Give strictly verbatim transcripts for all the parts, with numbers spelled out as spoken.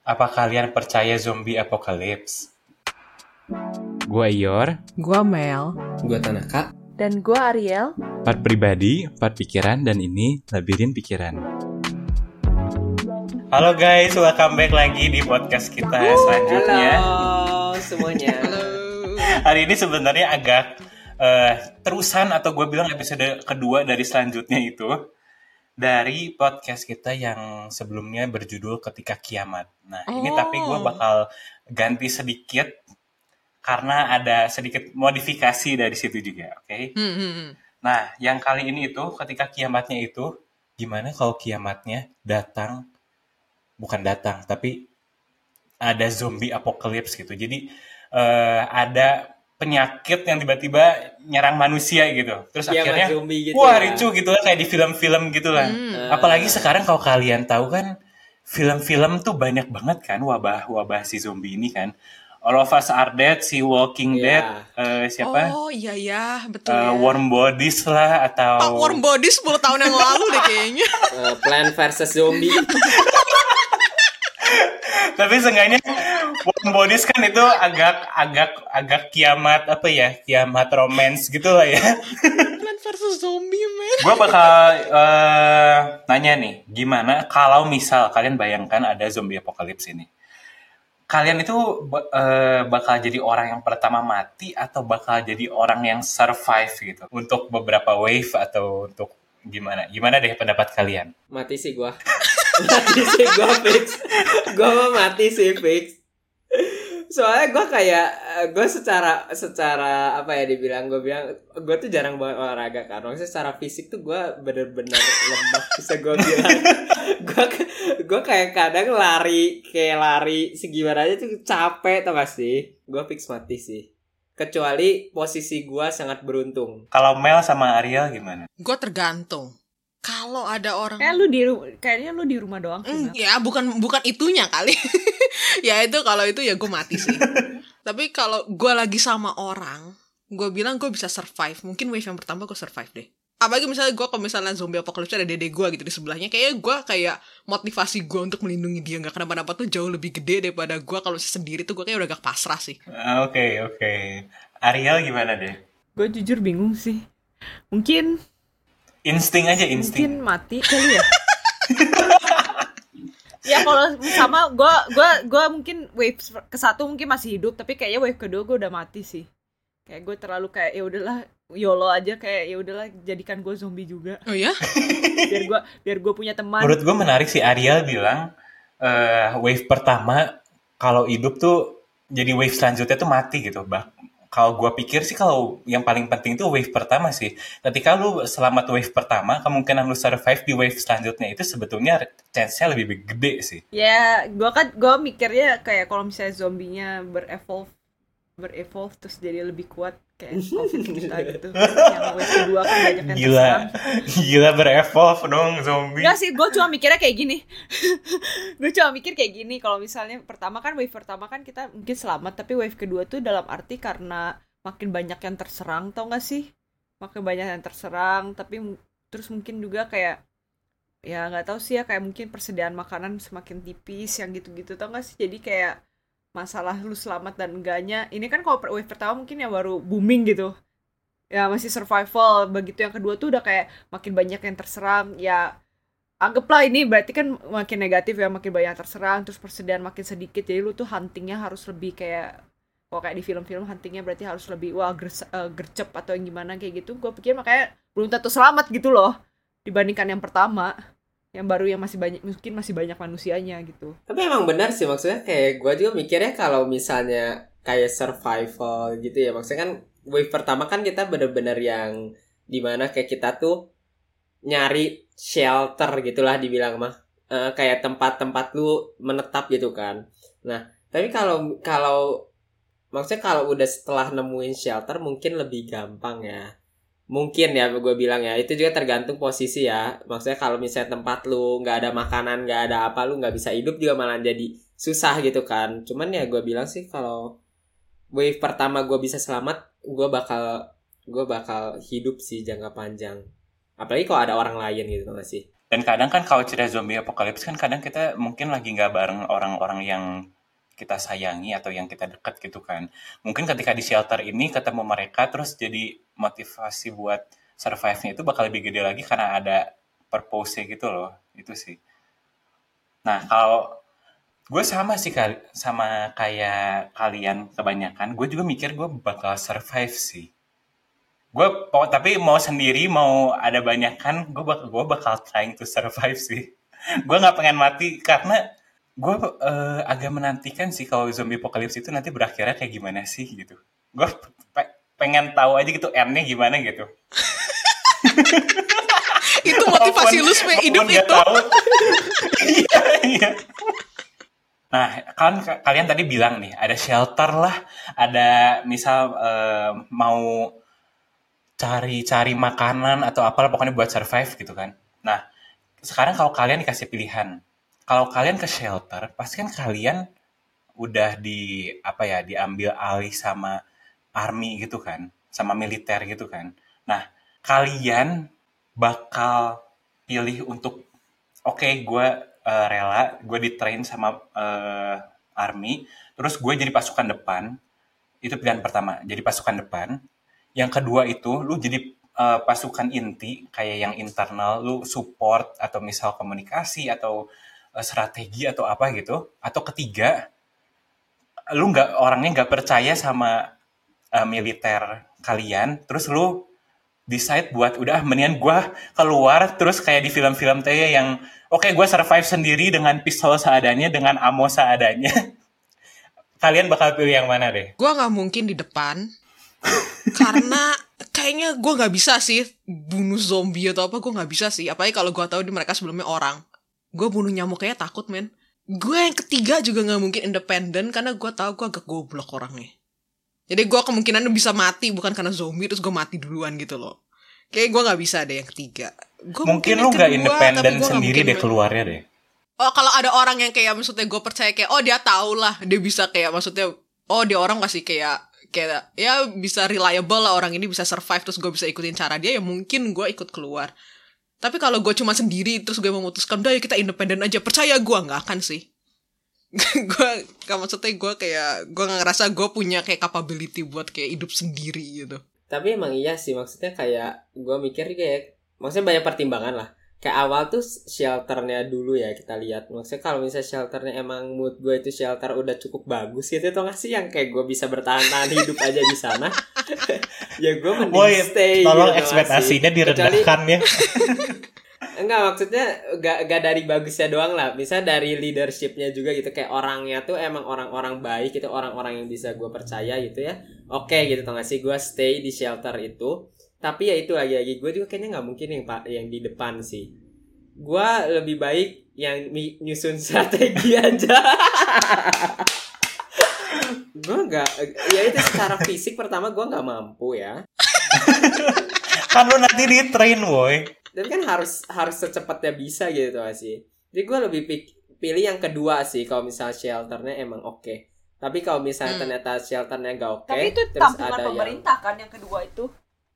Apa kalian percaya zombie apocalypse? Gua Ior. Gua Mel. Gua Tanaka. Dan gua Ariel. Empat pribadi, empat pikiran, dan ini Labirin Pikiran. Halo guys, welcome back lagi di podcast kita uh, selanjutnya. Halo semuanya. Halo. Hari ini sebenarnya agak uh, terusan atau gue bilang episode kedua dari selanjutnya itu. Dari podcast kita yang sebelumnya berjudul Ketika Kiamat. Nah oh. ini tapi gue bakal ganti sedikit karena ada sedikit modifikasi dari situ juga, oke? Okay? Hmm. Nah yang kali ini itu ketika kiamatnya itu gimana kalau kiamatnya datang, bukan datang tapi ada zombie apocalypse gitu. Jadi uh, ada penyakit yang tiba-tiba nyerang manusia gitu. Terus ya, akhirnya gitu wah ya. Ricu gitu lah kayak di film-film gitu lah. Hmm. Apalagi sekarang kalau kalian tahu kan film-film tuh banyak banget kan wabah-wabah si zombie ini kan. All of Us Are Dead, si Walking yeah. Dead, uh, siapa? Oh iya ya, betul uh, ya. Warm Bodies lah atau Pak Warm Bodies sepuluh tahun yang lalu deh kayaknya. uh, Plant versus Zombie. Tapi seenggaknya Warm Bodies kan itu agak agak agak kiamat apa ya, kiamat romance gitu lah ya. Plant versus Zombie man. Gue bakal uh, nanya nih, gimana kalau misal kalian bayangkan ada zombie apocalypse ini? Kalian itu uh, bakal jadi orang yang pertama mati atau bakal jadi orang yang survive gitu untuk beberapa wave atau untuk gimana? Gimana deh pendapat kalian? Mati sih gua. Mati sih gua fix. Gua mau mati sih fix. Soalnya gue kayak gue secara secara apa ya dibilang gue bilang gue tuh jarang banget olahraga kan, maksudnya secara fisik tuh gue bener-bener lemah bisa gue bilang. Gue gue kayak kadang lari kayak lari segimana aja tuh capek tau gak sih? Gue fix mati sih. Kecuali posisi gue sangat beruntung. Kalau Mel sama Ariel gimana? Gue tergantung. Kalau ada orang kayak lu di kayaknya lu di rumah doang sih. Mm, ya bukan bukan itunya kali. Ya itu kalau itu ya gue mati sih. Tapi kalau gue lagi sama orang, gue bilang gue bisa survive. Mungkin wave yang pertama gue survive deh. Apalagi misalnya gue kalau misalnya zombie apocalypse ada dede gue gitu di sebelahnya, kayaknya gue kayak motivasi gue untuk melindungi dia nggak kenapa-napa tuh jauh lebih gede daripada gue kalau sendiri tuh gue kayak udah agak pasrah sih. Oke okay, oke. Okay. Ariel gimana deh? Gue jujur bingung sih. Mungkin insting aja insting. Mungkin mati kali ya. Ya kalau sama gue gue gue mungkin wave ke satu mungkin masih hidup, tapi kayaknya wave kedua gue udah mati sih. Kayak gue terlalu kayak ya udahlah YOLO aja, kayak ya udahlah jadikan gue zombie juga. Oh ya? biar gue biar gue punya teman. Menurut gue menarik sih Ariel bilang uh, wave pertama kalau hidup tuh jadi wave selanjutnya tuh mati gitu, bah. Kalau gue pikir sih kalau yang paling penting itu wave pertama sih. Ketika lu selamat wave pertama, kemungkinan lu survive di wave selanjutnya itu sebetulnya chance-nya lebih gede sih. Ya, gue kan gue mikirnya kayak kalau misalnya zombinya berevolve, berevolve terus jadi lebih kuat kayak COVID kita gitu. Yang wave kedua kan banyak yang gila, terserang. Gila berevolve dong zombie. Enggak sih, gue cuma mikirnya kayak gini. Gue cuma mikir kayak gini. Kalau misalnya pertama kan wave pertama kan kita mungkin selamat, tapi wave kedua tuh dalam arti karena makin banyak yang terserang, tau gak sih? Makin banyak yang terserang, tapi terus mungkin juga kayak ya nggak tahu sih ya, kayak mungkin persediaan makanan semakin tipis yang gitu-gitu, tau gak sih? Jadi kayak masalah lu selamat dan enggaknya ini kan kalau wave pertama mungkin ya baru booming gitu ya, masih survival. Begitu yang kedua tuh udah kayak makin banyak yang terserang, ya anggaplah ini berarti kan makin negatif ya, makin banyak yang terserang terus persediaan makin sedikit, jadi lu tuh huntingnya harus lebih kayak kalau kayak di film-film huntingnya berarti harus lebih wah ger- uh, gercep atau yang gimana kayak gitu. Gue pikir makanya belum tentu selamat gitu loh dibandingkan yang pertama, yang baru yang masih banyak mungkin masih banyak manusianya gitu. Tapi emang benar sih, maksudnya kayak gue juga mikirnya kalau misalnya kayak survival gitu ya, maksudnya kan wave pertama kan kita benar-benar yang dimana kayak kita tuh nyari shelter gitulah dibilang mah, uh, kayak tempat-tempat lu menetap gitu kan. Nah tapi kalau kalau maksudnya kalau udah setelah nemuin shelter mungkin lebih gampang ya. Mungkin ya gue bilang ya, itu juga tergantung posisi ya. Maksudnya kalau misalnya tempat lu gak ada makanan, gak ada apa, lu gak bisa hidup juga malah jadi susah gitu kan. Cuman ya gue bilang sih kalau wave pertama gue bisa selamat, gue bakal gue bakal hidup sih jangka panjang. Apalagi kalau ada orang lain gitu gak sih? Dan kadang kan kalau cerita zombie apocalypse kan kadang kita mungkin lagi nggak bareng orang-orang yang kita sayangi atau yang kita dekat gitu kan. Mungkin ketika di shelter ini ketemu mereka terus jadi motivasi buat survive-nya itu bakal lebih gede lagi karena ada purpose-nya gitu loh. Itu sih. Nah, kalau gue sama sih kali sama kayak kalian kebanyakan, gue juga mikir gue bakal survive sih. Gue tapi mau sendiri mau ada banyakan, gue bakal gue bakal trying to survive sih. Gue nggak pengen mati karena gue uh, agak menantikan sih kalau zombie apocalypse itu nanti berakhirnya kayak gimana sih gitu. Gue pe- pengen tahu aja gitu endnya gimana gitu. Itu motivasi lu supaya hidup itu. Iya, iya. Nah, kan kalian tadi bilang nih ada shelter lah, ada misal uh, mau cari-cari makanan atau apalah pokoknya buat survive gitu kan. Nah, sekarang kalau kalian dikasih pilihan, kalau kalian ke shelter, pasti kan kalian udah di apa ya, diambil alih sama army gitu kan, sama militer gitu kan. Nah, kalian bakal pilih untuk oke, okay, gue uh, rela, gue di-train sama uh, army, terus gue jadi pasukan depan. Itu pilihan pertama, jadi pasukan depan. Yang kedua itu, lu jadi uh, pasukan inti, kayak yang internal, lu support, atau misal komunikasi, atau uh, strategi, atau apa gitu. Atau ketiga, lu nggak orangnya nggak percaya sama uh, militer kalian, terus lu decide buat, udah mendingan gue keluar, terus kayak di film-film tuh ya yang, oke okay, gue survive sendiri dengan pistol seadanya, dengan ammo seadanya. Kalian bakal pilih yang mana deh? Gue nggak mungkin di depan. Karena kayaknya gue nggak bisa sih bunuh zombie atau apa, gue nggak bisa sih. Apalagi kalau gue tahu di mereka sebelumnya orang. Gue bunuh nyamuk kayaknya takut men. Gue yang ketiga juga nggak mungkin independen karena gue tahu gue agak goblok orangnya. Jadi gue kemungkinan bisa mati bukan karena zombie terus gue mati duluan gitu loh. Kayak gue nggak bisa deh yang ketiga. Gua mungkin, mungkin lu nggak independen sendiri deh keluarnya deh. Oh kalau ada orang yang kayak maksudnya gue percaya kayak oh dia tahu lah, dia bisa kayak maksudnya oh dia orang masih kayak kayak ya bisa reliable lah, orang ini bisa survive terus gue bisa ikutin cara dia, ya mungkin gue ikut keluar. Tapi kalau gue cuma sendiri terus gue memutuskan udah ya kita independen aja, percaya gue nggak akan sih. Gue gak maksudnya gue kayak gue nggak ngerasa gue punya kayak capability buat kayak hidup sendiri gitu. Tapi emang iya sih, maksudnya kayak gue mikir kayak maksudnya banyak pertimbangan lah. Kayak awal tuh shelternya dulu ya kita lihat. Maksudnya kalau misalnya shelternya emang mood gue itu shelter udah cukup bagus gitu, tuh nggak sih yang kayak gue bisa bertahan-tahan hidup aja di sana. Ya gue mending Woy, stay. Tolong gitu, ekspektasinya direndahkan ya. Enggak, maksudnya gak, gak dari bagusnya doang lah. Misalnya dari leadershipnya juga gitu. Kayak orangnya tuh emang orang-orang baik gitu, orang-orang yang bisa gue percaya gitu ya. Oke gitu tuh nggak sih, gue stay di shelter itu. Tapi ya itu lagi-lagi gue juga kayaknya nggak mungkin yang pak yang di depan sih. Gue lebih baik yang nyusun strategi aja. Gue nggak, ya itu secara fisik pertama gue nggak mampu ya. Kan lu nanti di train boy. Tapi kan harus harus secepatnya bisa gitu sih. Jadi gue lebih pilih yang kedua sih kalau misalnya shelternya emang oke. Okay. Tapi kalau misalnya hmm. ternyata shelternya nggak oke. Okay, tapi itu tampungan pemerintah yang... kan yang kedua itu.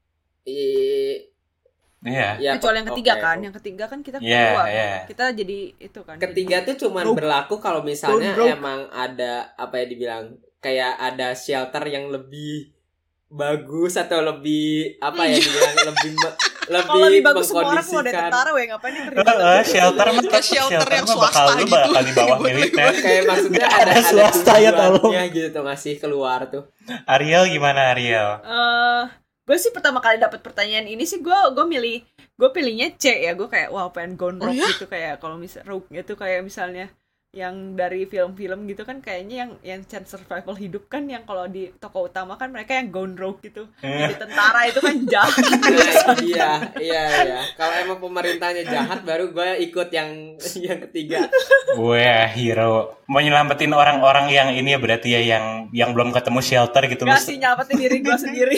Iya. Yeah. Kecuali yang ketiga okay. kan, yang ketiga kan kita yeah, keluar, yeah. kita jadi itu kan. Ketiga jadi, tuh cuman broke. Berlaku kalau misalnya broke. Emang ada apa ya dibilang kayak ada shelter yang lebih bagus atau lebih apa ya dibilang lebih lebih kalau lebih bagus semua orang mau ada tentara weh ngapain ini terlibat uh, shelter mah shelter yang swasta bakal, gitu bakal di bawah militer kayak maksudnya ada, ada swasta ya tolong gitu tuh ngasih keluar tuh. Ariel gimana Ariel? Uh, gue sih pertama kali dapat pertanyaan ini sih gue gue milih gue pilihnya C ya, gue kayak wah pengen gone rogue oh, ya? Gitu kayak kalau misal rogue gitu kayak misalnya yang dari film-film gitu kan kayaknya yang yang chance survival hidup kan yang kalau di tokoh utama kan mereka yang gone rogue gitu jadi tentara itu kan jahat. Iya iya iya kalau emang pemerintahnya jahat baru gue ikut yang yang ketiga. Wah hero mau nyelamatin orang-orang yang ini ya berarti ya yang yang belum ketemu shelter gitu. Gak sih nyelamatin diri gue sendiri.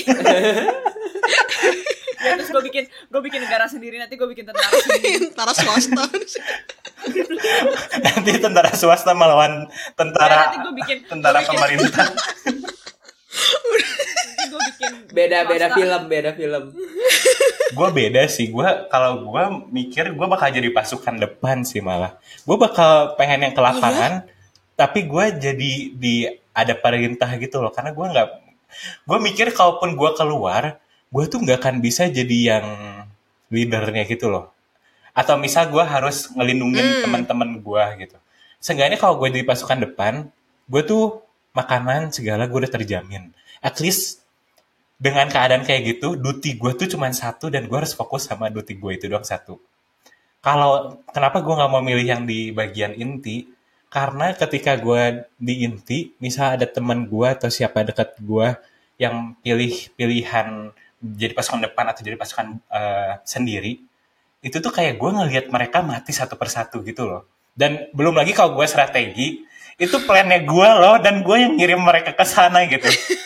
Ya terus gue bikin gue bikin negara sendiri, nanti gue bikin tentara sendiri. Tentara swasta. Nanti tentara swasta melawan tentara ya, bikin, tentara pemerintah. Nanti gue bikin beda-beda film, beda film. gue beda sih. Gue kalau gue mikir gue bakal jadi pasukan depan sih malah. Gue bakal pengen yang ke lapangan, oh, ya? Tapi gue jadi di ada perintah gitu loh. Karena gue nggak, gue mikir kalaupun gue keluar, gue tuh nggak akan bisa jadi yang leadernya gitu loh. Atau misal gue harus ngelindungin hmm. teman-teman gue gitu. Seenggaknya kalau gue di pasukan depan, gue tuh makanan segala gue udah terjamin. At least dengan keadaan kayak gitu, duty gue tuh cuma satu dan gue harus fokus sama duty gue itu doang satu. Kalau kenapa gue nggak mau milih yang di bagian inti? Karena ketika gue di inti, misal ada teman gue atau siapa dekat gue yang pilih pilihan jadi pasukan depan atau jadi pasukan uh, sendiri, itu tuh kayak gue ngelihat mereka mati satu persatu gitu loh. Dan belum lagi kalau gue strategi, itu plannya gue loh, dan gue yang ngirim mereka ke sana gitu.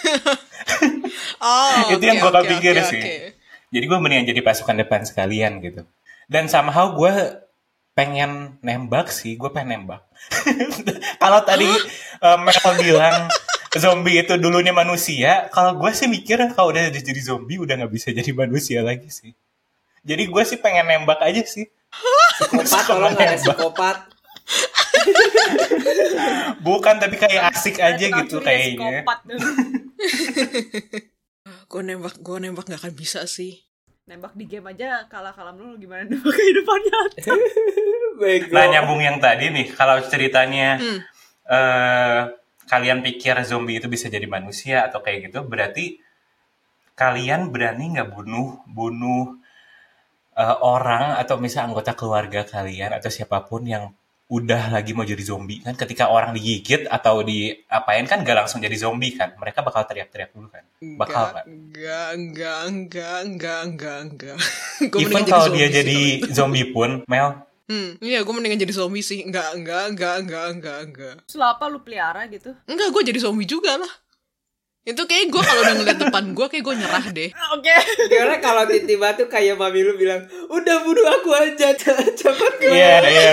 Oh, itu okay, yang gue okay, kepikir okay, sih. Okay. Jadi gue mendingan jadi pasukan depan sekalian gitu. Dan somehow gue pengen nembak sih, gue pengen nembak. Kalau tadi uh, Mel bilang zombie itu dulunya manusia, kalau gue sih mikir kalau udah jadi zombie udah nggak bisa jadi manusia lagi sih. Jadi gue sih pengen nembak aja sih. Psikopat, tolong nggak ada psikopat. Bukan, tapi kayak asik aja gitu kayaknya. Gue nembak, gue nembak gak akan bisa sih. Nembak di game aja kalah-kalah dulu, gimana nembak kehidupan nyata. Nah, nyambung yang tadi nih, kalau ceritanya hmm. uh, kalian pikir zombie itu bisa jadi manusia atau kayak gitu, berarti kalian berani nggak bunuh bunuh uh, orang atau misal anggota keluarga kalian atau siapapun yang udah lagi mau jadi zombie kan? Ketika orang digigit atau diapain kan gak langsung jadi zombie kan, mereka bakal teriak-teriak dulu kan, bakal kan? Enggak, enggak, enggak, enggak, enggak, enggak. Even kalau dia jadi zombie pun, Mel. Hmm, iya gue mendingan jadi zombie sih. Enggak, enggak, enggak, enggak, enggak, enggak. Terus apa lu pelihara gitu? Enggak, gue jadi zombie juga lah. Itu kayak gue kalau udah ngeliat depan gue, kayak gue nyerah deh. Oke. Okay. Karena kalau tiba-tiba tuh kayak mami lu bilang, udah bunuh aku aja, cepet gue. Iya, iya.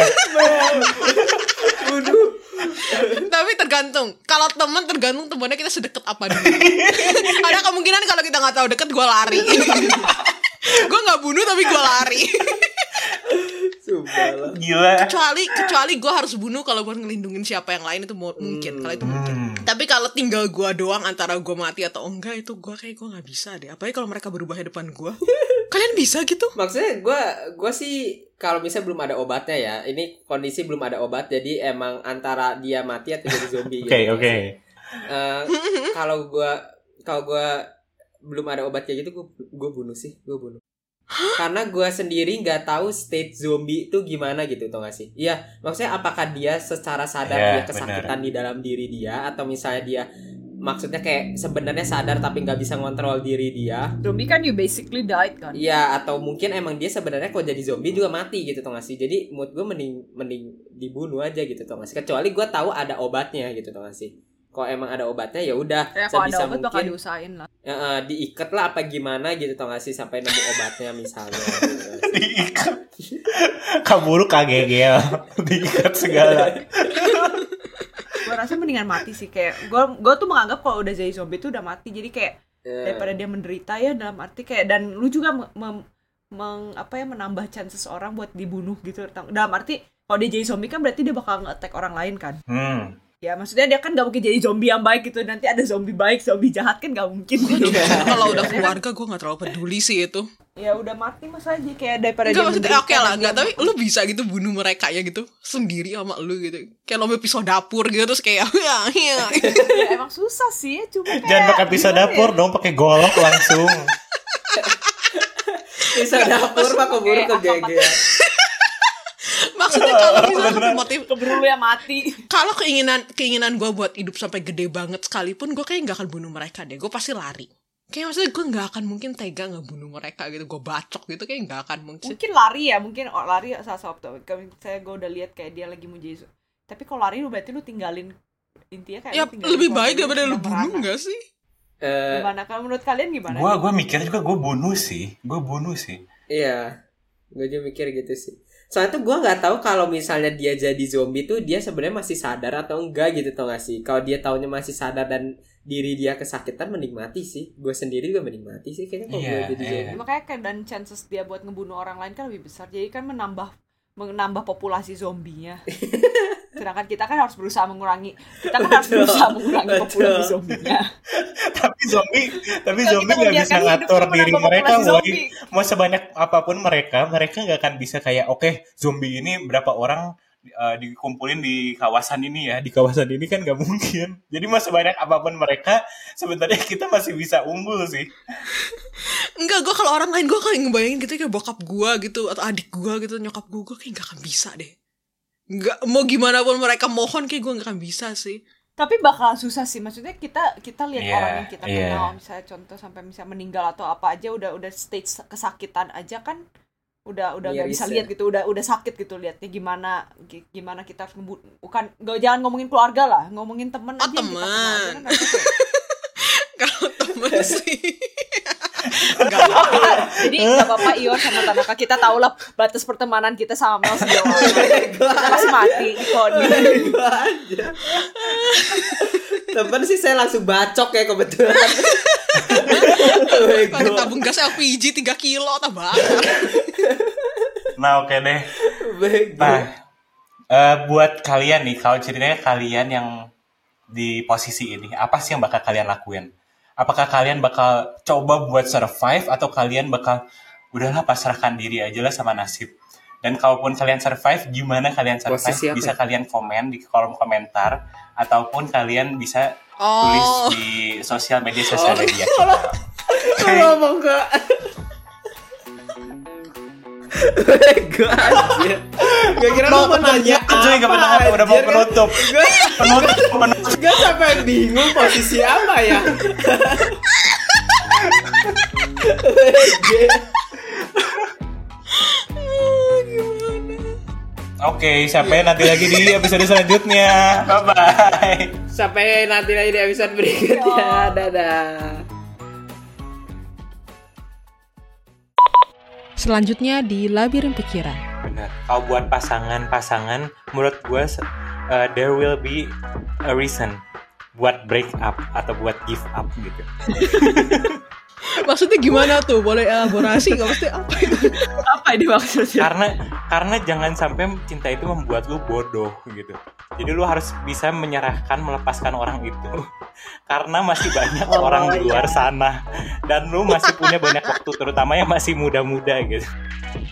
Bunuh. Tapi tergantung. Kalau teman tergantung temannya kita sedekat apa dulu. Ada kemungkinan kalau kita nggak tahu deket, gue lari. Gue nggak bunuh tapi gue lari. Sumpah. Gila. Kecuali kecuali gue harus bunuh kalau buat ngelindungin siapa yang lain, itu mungkin. Hmm. Kalau itu mungkin. Hmm. Tapi kalau tinggal gue doang antara gue mati atau enggak, itu gue kayak gue nggak bisa deh. Apalagi kalau mereka berubah di depan gue. Kalian bisa gitu? Maksudnya gue gue sih kalau misalnya belum ada obatnya ya. Ini kondisi belum ada obat, jadi emang antara dia mati atau jadi zombie. Oke oke. Kalau gue kalau gue belum ada obat kayak gitu, gue gue bunuh sih, gue bunuh. Karena gue sendiri nggak tahu state zombie itu gimana gitu, tau gak sih? Iya, maksudnya apakah dia secara sadar yeah, dia kesakitan bener. Di dalam diri dia, atau misalnya dia maksudnya kayak sebenarnya sadar tapi nggak bisa ngontrol diri dia. Zombie kan you basically died kan? Iya, atau mungkin emang dia sebenarnya kalau jadi zombie juga mati gitu, tau gak sih? Jadi mood gue mending mending dibunuh aja gitu, tau gak sih? Kecuali gue tahu ada obatnya gitu, tau gak sih? Kalau emang ada obatnya ya udah, ya, kalau ada obat mungkin bakal diusahain lah. Ya, uh, diikat lah apa gimana gitu, tau gak sih, sampai nemu obatnya misalnya. Gitu, diikat. Kaburu kagegel. Diikat segala. Gue rasa mendingan mati sih, kayak gue gue tuh menganggap kalau udah jadi zombie tuh udah mati, jadi kayak yeah. daripada dia menderita ya, dalam arti kayak, dan lu juga mem, mem, meng, apa ya menambah chance seseorang buat dibunuh gitu. Dalam arti kalau dia jadi zombie kan berarti dia bakal nge-attack orang lain kan. Hmm. Ya maksudnya dia kan gak mungkin jadi zombie yang baik gitu. Nanti ada zombie baik, zombie jahat kan gak mungkin gitu. Kalau udah keluarga gue gak terlalu peduli sih itu. Ya udah mati mas aja, kayak daripada gak, dia maksudnya oke okay lah gak, tapi lu bisa gitu bunuh mereka ya gitu sendiri sama lu gitu. Kayak lo pisau dapur gitu terus kayak ya ya. Ya emang susah sih, cuma kayak jangan pakai pisau dapur ya? Dong, pakai golok langsung. Pisau dapur mah keburu kegege. Maksudnya kalau misalnya motif keburu ya mati. Kalau keinginan keinginan gue buat hidup sampai gede banget sekalipun, gue kayak gak akan bunuh mereka deh. Gue pasti lari. Kayak maksudnya gue gak akan mungkin tega gak bunuh mereka gitu. Gue bacok gitu, kayak gak akan mungkin. Mungkin lari ya, mungkin oh, lari salah satu. Kalau saya gue udah lihat kayak dia lagi mau jadi. Tapi kalau lari lu berarti lu tinggalin intinya kayak ya lebih baik daripada lu bunuh gak sih? Uh, gimana kalau menurut kalian gimana? Gue gue mikirnya juga gue bunuh sih, gue bunuh sih. Iya, gue juga mikir gitu sih. Soalnya tuh gue nggak tahu kalau misalnya dia jadi zombie tuh dia sebenarnya masih sadar atau enggak gitu, tau gak sih? Kalau dia taunya masih sadar dan diri dia kesakitan menikmati sih. Gue sendiri juga menikmati sih kayaknya kalau Iya, gue jadi iya. zombie. Makanya kan dan chances dia buat ngebunuh orang lain kan lebih besar. Jadi kan menambah menambah populasi zombinya. Sedangkan kita kan harus berusaha mengurangi kita kan harus berusaha mengurangi populasi zombinya. Tapi zombie, tapi Kalau zombie kita nggak bisa membiarkan ngatur hidup diri menambah mereka, populasi boy. zombie. Mau sebanyak apapun mereka, mereka nggak akan bisa kayak, oke, zombie ini berapa orang uh, dikumpulin di kawasan ini ya, di kawasan ini kan nggak mungkin. Jadi mau sebanyak apapun mereka, sebenarnya kita masih bisa unggul sih. Enggak, gue kalau orang lain gue kayak ngebayangin gitu kayak bokap gue gitu atau adik gue gitu, nyokap gue, gue kayak gak akan bisa deh. Nggak, mau gimana pun mereka mohon kayak gue gak akan bisa sih. Tapi bakal susah sih, maksudnya kita kita lihat Iya, orang yang kita iya. kenal, misalnya contoh sampai misalnya meninggal atau apa aja udah udah stage kesakitan aja kan udah udah nggak bisa Miris ya. lihat gitu, udah udah sakit gitu lihatnya gimana gi- gimana kita harus ngebu bukan nggak jangan ngomongin keluarga lah, ngomongin temen Oh, aja yang kita kenal aja temen. kan rasanya kayak- Kalau temen sih Nggak apa-apa. Jadi nggak apa-apa Ion sama Tanaka, kita tahu lah batas pertemanan kita sama Mel sejauh mana. Kita masih mati di kode. Gue aja. Temen sih saya langsung bacok ya kebetulan. pakai tabung gas L P G tiga kilo tak bakar. Nah, oke deh. Nah, eh, buat kalian nih, kalau ceritanya kalian yang di posisi ini, apa sih yang bakal kalian lakuin? Apakah kalian bakal coba buat survive atau kalian bakal udahlah pasrahkan diri aja lah sama nasib? Dan kalaupun kalian survive, gimana kalian survive? Posisi apa Bisa ya? kalian komen di kolom komentar ataupun kalian bisa tulis Oh, di sosial media sosial media kita. Ngomong gak? Gue aja. Gak kira lu mau nanya Cuy, gak pernah apa udah mau anjir, kan? penutup. Gue Penutup, penutup. gue sampai bingung posisi apa ya. Oke, sampai nanti lagi di episode selanjutnya. Bye-bye. Sampai nanti lagi di episode berikutnya. Dadah. selanjutnya di Labirin Pikiran. Benar. Kalau buat pasangan-pasangan, menurut gue uh, there will be a reason buat break up atau buat give up gitu. Maksudnya gimana tuh? Boleh elaborasi nggak? Maksudnya apa itu? Apa ini maksudnya? karena karena jangan sampai cinta itu membuat lu bodoh gitu. Jadi lu harus bisa menyerahkan, melepaskan orang itu. Karena masih banyak Oh, orang di iya. luar sana dan lu masih punya banyak waktu, terutama yang masih muda-muda gitu.